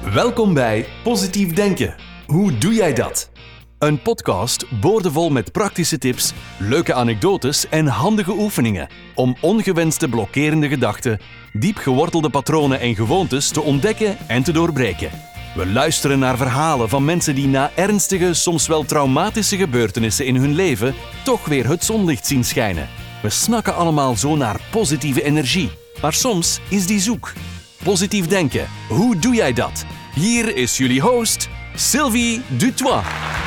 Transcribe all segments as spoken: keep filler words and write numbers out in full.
Welkom bij Positief Denken. Hoe doe jij dat? Een podcast boordevol met praktische tips, leuke anekdotes en handige oefeningen om ongewenste blokkerende gedachten, diep gewortelde patronen en gewoontes te ontdekken en te doorbreken. We luisteren naar verhalen van mensen die na ernstige, soms wel traumatische gebeurtenissen in hun leven toch weer het zonlicht zien schijnen. We snakken allemaal zo naar positieve energie, maar soms is die zoek. Positief denken, hoe doe jij dat? Hier is jullie host, Sylvie Dutoit.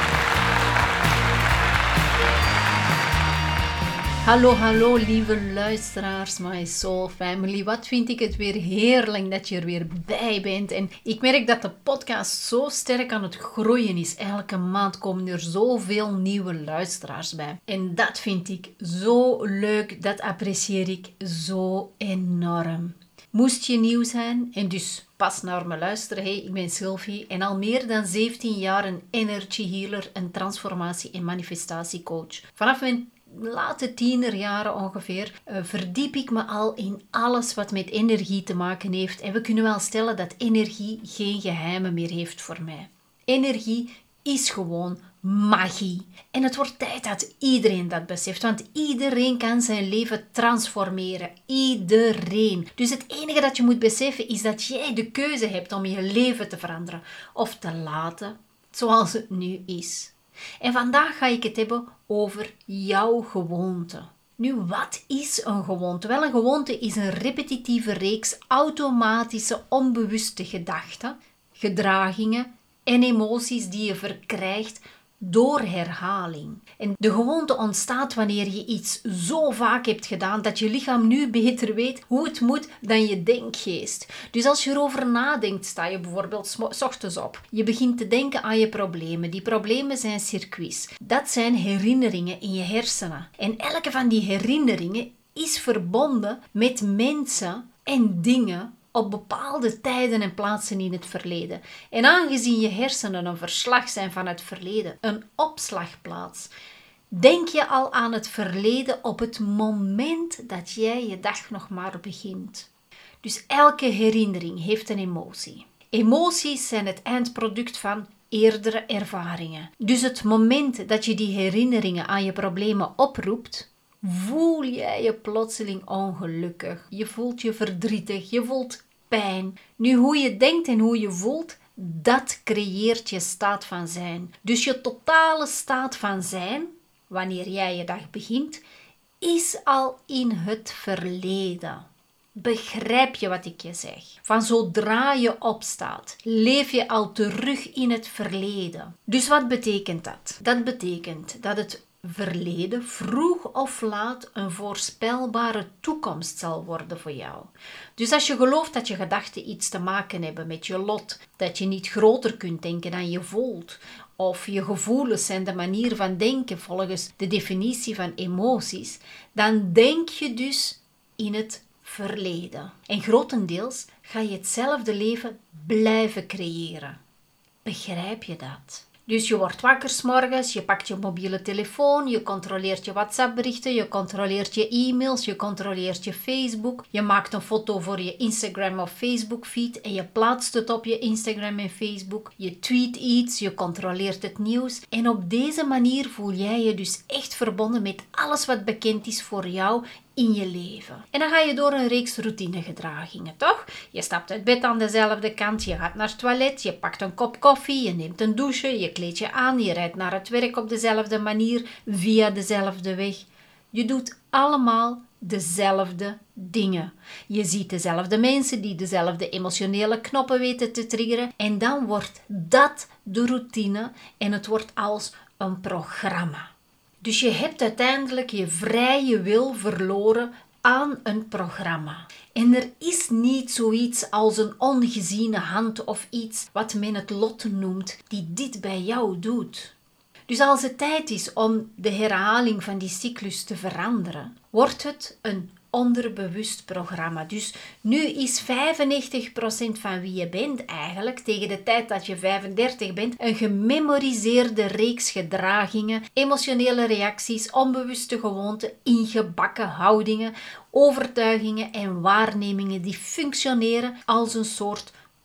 Hallo, hallo lieve luisteraars, my soul family. Wat vind ik het weer heerlijk dat je er weer bij bent. En ik merk dat de podcast zo sterk aan het groeien is. Elke maand komen er zoveel nieuwe luisteraars bij. En dat vind ik zo leuk, dat apprecieer ik zo enorm. Moest je nieuw zijn en dus pas naar me luisteren. Hey, ik ben Sylvie en al meer dan zeventien jaar een energy healer, een transformatie- en manifestatiecoach. Vanaf mijn late tienerjaren ongeveer uh, verdiep ik me al in alles wat met energie te maken heeft. En we kunnen wel stellen dat energie geen geheimen meer heeft voor mij. Energie is gewoon magie. En het wordt tijd dat iedereen dat beseft, want iedereen kan zijn leven transformeren. Iedereen. Dus het enige dat je moet beseffen is dat jij de keuze hebt om je leven te veranderen of te laten zoals het nu is. En vandaag ga ik het hebben over jouw gewoonte. Nu, wat is een gewoonte? Wel, een gewoonte is een repetitieve reeks automatische, onbewuste gedachten, gedragingen en emoties die je verkrijgt door herhaling. En de gewoonte ontstaat wanneer je iets zo vaak hebt gedaan dat je lichaam nu beter weet hoe het moet dan je denkgeest. Dus als je erover nadenkt, sta je bijvoorbeeld 's ochtends op. Je begint te denken aan je problemen. Die problemen zijn circuits. Dat zijn herinneringen in je hersenen. En elke van die herinneringen is verbonden met mensen en dingen op bepaalde tijden en plaatsen in het verleden. En aangezien je hersenen een verslag zijn van het verleden, een opslagplaats, denk je al aan het verleden op het moment dat jij je dag nog maar begint. Dus elke herinnering heeft een emotie. Emoties zijn het eindproduct van eerdere ervaringen. Dus het moment dat je die herinneringen aan je problemen oproept, voel jij je plotseling ongelukkig. Je voelt je verdrietig, je voelt pijn. Nu, hoe je denkt en hoe je voelt, dat creëert je staat van zijn. Dus je totale staat van zijn, wanneer jij je dag begint, is al in het verleden. Begrijp je wat ik je zeg? Van zodra je opstaat, leef je al terug in het verleden. Dus wat betekent dat? Dat betekent dat het verleden vroeg of laat een voorspelbare toekomst zal worden voor jou. Dus als je gelooft dat je gedachten iets te maken hebben met je lot, dat je niet groter kunt denken dan je voelt, of je gevoelens zijn de manier van denken volgens de definitie van emoties, dan denk je dus in het verleden. En grotendeels ga je hetzelfde leven blijven creëren. Begrijp je dat? Dus je wordt wakker 's morgens, je pakt je mobiele telefoon, je controleert je WhatsApp-berichten, je controleert je e-mails, je controleert je Facebook. Je maakt een foto voor je Instagram of Facebook-feed en je plaatst het op je Instagram en Facebook. Je tweet iets, je controleert het nieuws. En op deze manier voel jij je dus echt verbonden met alles wat bekend is voor jou in je leven. En dan ga je door een reeks routinegedragingen, toch? Je stapt uit bed aan dezelfde kant, je gaat naar het toilet, je pakt een kop koffie, je neemt een douche, je kleedt je aan, je rijdt naar het werk op dezelfde manier, via dezelfde weg. Je doet allemaal dezelfde dingen. Je ziet dezelfde mensen die dezelfde emotionele knoppen weten te triggeren en dan wordt dat de routine en het wordt als een programma. Dus je hebt uiteindelijk je vrije wil verloren aan een programma. En er is niet zoiets als een ongeziene hand of iets wat men het lot noemt, die dit bij jou doet. Dus als het tijd is om de herhaling van die cyclus te veranderen, wordt het een onderbewust programma. Dus nu is vijfennegentig procent van wie je bent eigenlijk, tegen de tijd dat je vijfendertig bent, een gememoriseerde reeks gedragingen, emotionele reacties, onbewuste gewoonten, ingebakken houdingen, overtuigingen en waarnemingen die functioneren als een soort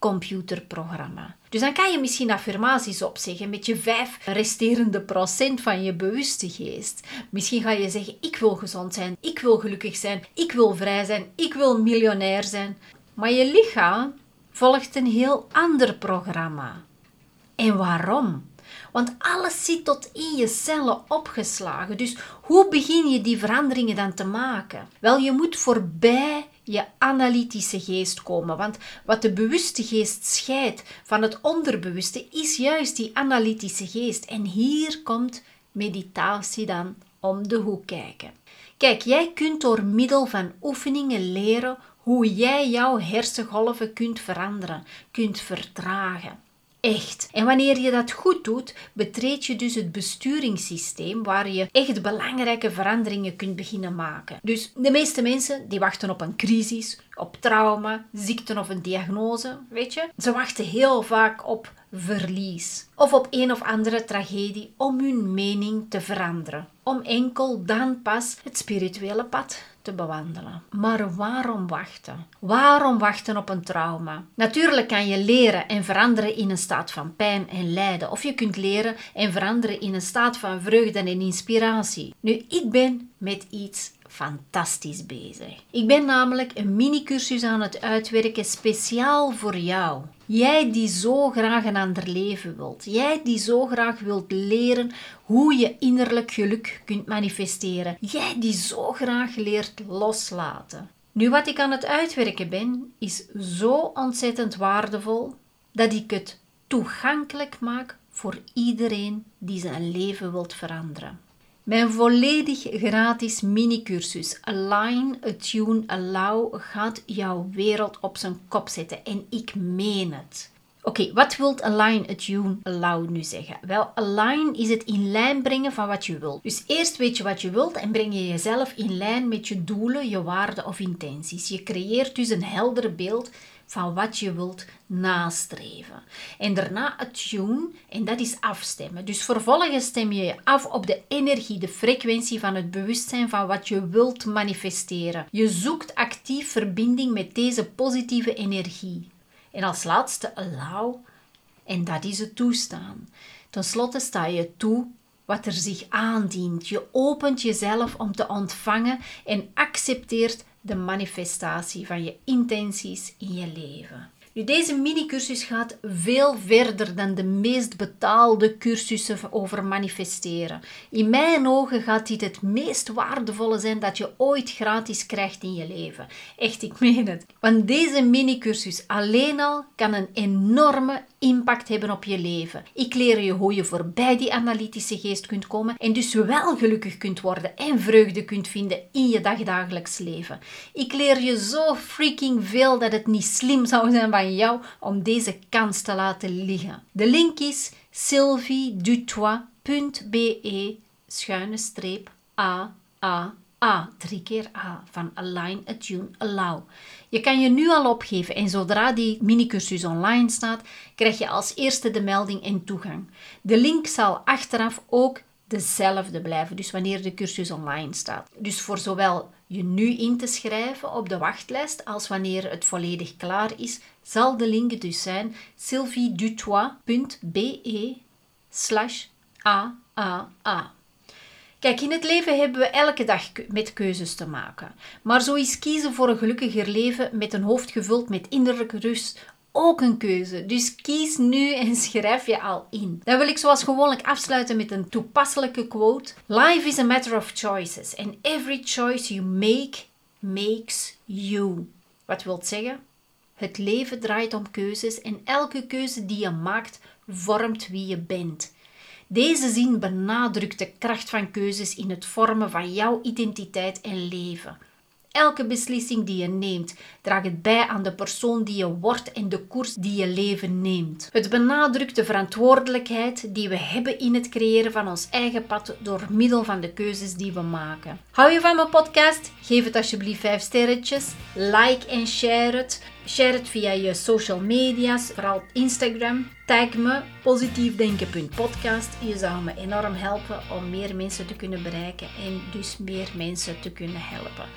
computerprogramma. Dus dan kan je misschien affirmaties opzeggen met je vijf resterende procent van je bewuste geest. Misschien ga je zeggen, ik wil gezond zijn, ik wil gelukkig zijn, ik wil vrij zijn, ik wil miljonair zijn. Maar je lichaam volgt een heel ander programma. En waarom? Want alles zit tot in je cellen opgeslagen. Dus hoe begin je die veranderingen dan te maken? Wel, je moet voorbij je analytische geest komen. Want wat de bewuste geest scheidt van het onderbewuste is juist die analytische geest. En hier komt meditatie dan om de hoek kijken. Kijk, jij kunt door middel van oefeningen leren hoe jij jouw hersengolven kunt veranderen, kunt vertragen. Echt. En wanneer je dat goed doet, betreed je dus het besturingssysteem waar je echt belangrijke veranderingen kunt beginnen maken. Dus de meeste mensen die wachten op een crisis, op trauma, ziekte of een diagnose, weet je. Ze wachten heel vaak op verlies of op een of andere tragedie om hun mening te veranderen. Om enkel dan pas het spirituele pad te bewandelen. Maar waarom wachten? Waarom wachten op een trauma? Natuurlijk kan je leren en veranderen in een staat van pijn en lijden. Of je kunt leren en veranderen in een staat van vreugde en inspiratie. Nu, ik ben met iets fantastisch bezig. Ik ben namelijk een mini-cursus aan het uitwerken speciaal voor jou. Jij die zo graag een ander leven wilt. Jij die zo graag wilt leren hoe je innerlijk geluk kunt manifesteren. Jij die zo graag leert loslaten. Nu, wat ik aan het uitwerken ben, is zo ontzettend waardevol dat ik het toegankelijk maak voor iedereen die zijn leven wilt veranderen. Mijn volledig gratis mini-cursus Align, Attune, Allow gaat jouw wereld op zijn kop zetten. En ik meen het. Oké, okay, wat wil Align, Attune, Allow nu zeggen? Wel, Align is het in lijn brengen van wat je wilt. Dus eerst weet je wat je wilt en breng je jezelf in lijn met je doelen, je waarden of intenties. Je creëert dus een helder beeld van wat je wilt nastreven. En daarna attune, en dat is afstemmen. Dus vervolgens stem je je af op de energie, de frequentie van het bewustzijn van wat je wilt manifesteren. Je zoekt actief verbinding met deze positieve energie. En als laatste allow, en dat is het toestaan. Ten slotte sta je toe wat er zich aandient. Je opent jezelf om te ontvangen en accepteert de manifestatie van je intenties in je leven. Nu, deze mini-cursus gaat veel verder dan de meest betaalde cursussen over manifesteren. In mijn ogen gaat dit het meest waardevolle zijn dat je ooit gratis krijgt in je leven. Echt, ik meen het. Want deze mini-cursus alleen al kan een enorme impact hebben op je leven. Ik leer je hoe je voorbij die analytische geest kunt komen en dus wel gelukkig kunt worden en vreugde kunt vinden in je dagdagelijks leven. Ik leer je zo freaking veel dat het niet slim zou zijn van jou om deze kans te laten liggen. De link is sylviedutoit punt be schuine streep a a a, drie keer A, van Align, Attune, Allow. Je kan je nu al opgeven en zodra die minicursus online staat, krijg je als eerste de melding en toegang. De link zal achteraf ook dezelfde blijven, dus wanneer de cursus online staat. Dus voor zowel je nu in te schrijven op de wachtlijst als wanneer het volledig klaar is, zal de link dus zijn sylviedutoit punt be slash a a a. Kijk, in het leven hebben we elke dag met keuzes te maken. Maar zo is kiezen voor een gelukkiger leven met een hoofd gevuld met innerlijke rust ook een keuze. Dus kies nu en schrijf je al in. Dan wil ik zoals gewoonlijk afsluiten met een toepasselijke quote. Life is a matter of choices and every choice you make makes you. Wat wil zeggen? Het leven draait om keuzes en elke keuze die je maakt vormt wie je bent. Deze zin benadrukt de kracht van keuzes in het vormen van jouw identiteit en leven. Elke beslissing die je neemt, draagt het bij aan de persoon die je wordt en de koers die je leven neemt. Het benadrukt de verantwoordelijkheid die we hebben in het creëren van ons eigen pad door middel van de keuzes die we maken. Hou je van mijn podcast? Geef het alsjeblieft vijf sterretjes, like en share het. Share het via je social media's, vooral Instagram. Tag me positiefdenken punt podcast. Je zou me enorm helpen om meer mensen te kunnen bereiken en dus meer mensen te kunnen helpen.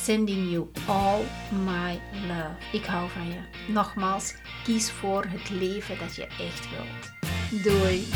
Sending you all my love. Ik hou van je. Nogmaals, kies voor het leven dat je echt wilt. Doei.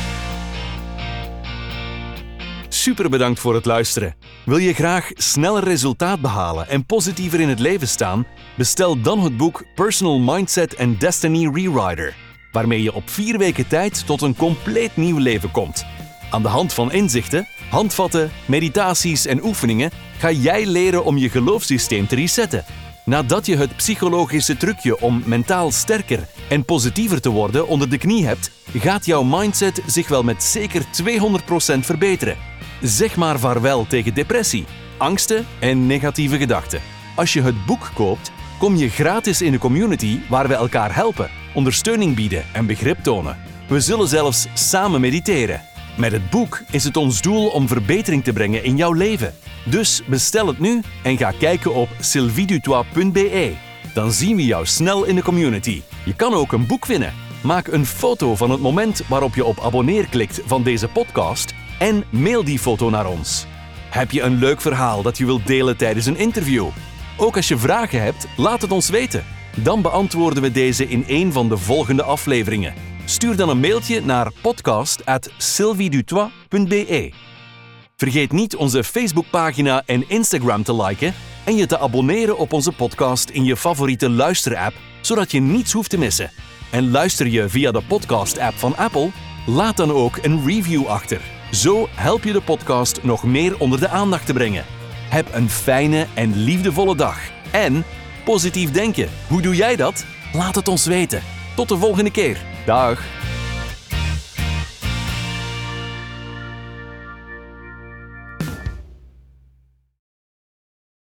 Super bedankt voor het luisteren. Wil je graag sneller resultaat behalen en positiever in het leven staan? Bestel dan het boek Personal Mindset and Destiny Rewriter, waarmee je op vier weken tijd tot een compleet nieuw leven komt. Aan de hand van inzichten, handvatten, meditaties en oefeningen ga jij leren om je geloofssysteem te resetten. Nadat je het psychologische trucje om mentaal sterker en positiever te worden onder de knie hebt, gaat jouw mindset zich wel met zeker tweehonderd procent verbeteren. Zeg maar vaarwel tegen depressie, angsten en negatieve gedachten. Als je het boek koopt, kom je gratis in de community waar we elkaar helpen, ondersteuning bieden en begrip tonen. We zullen zelfs samen mediteren. Met het boek is het ons doel om verbetering te brengen in jouw leven. Dus bestel het nu en ga kijken op sylvie du toit punt b e. Dan zien we jou snel in de community. Je kan ook een boek winnen. Maak een foto van het moment waarop je op abonneer klikt van deze podcast en mail die foto naar ons. Heb je een leuk verhaal dat je wilt delen tijdens een interview? Ook als je vragen hebt, laat het ons weten. Dan beantwoorden we deze in een van de volgende afleveringen. Stuur dan een mailtje naar podcast at sylvie du toit punt b e. Vergeet niet onze Facebookpagina en Instagram te liken en je te abonneren op onze podcast in je favoriete luisterapp, zodat je niets hoeft te missen. En luister je via de podcast-app van Apple? Laat dan ook een review achter. Zo help je de podcast nog meer onder de aandacht te brengen. Heb een fijne en liefdevolle dag. En positief denken. Hoe doe jij dat? Laat het ons weten. Tot de volgende keer. Dag.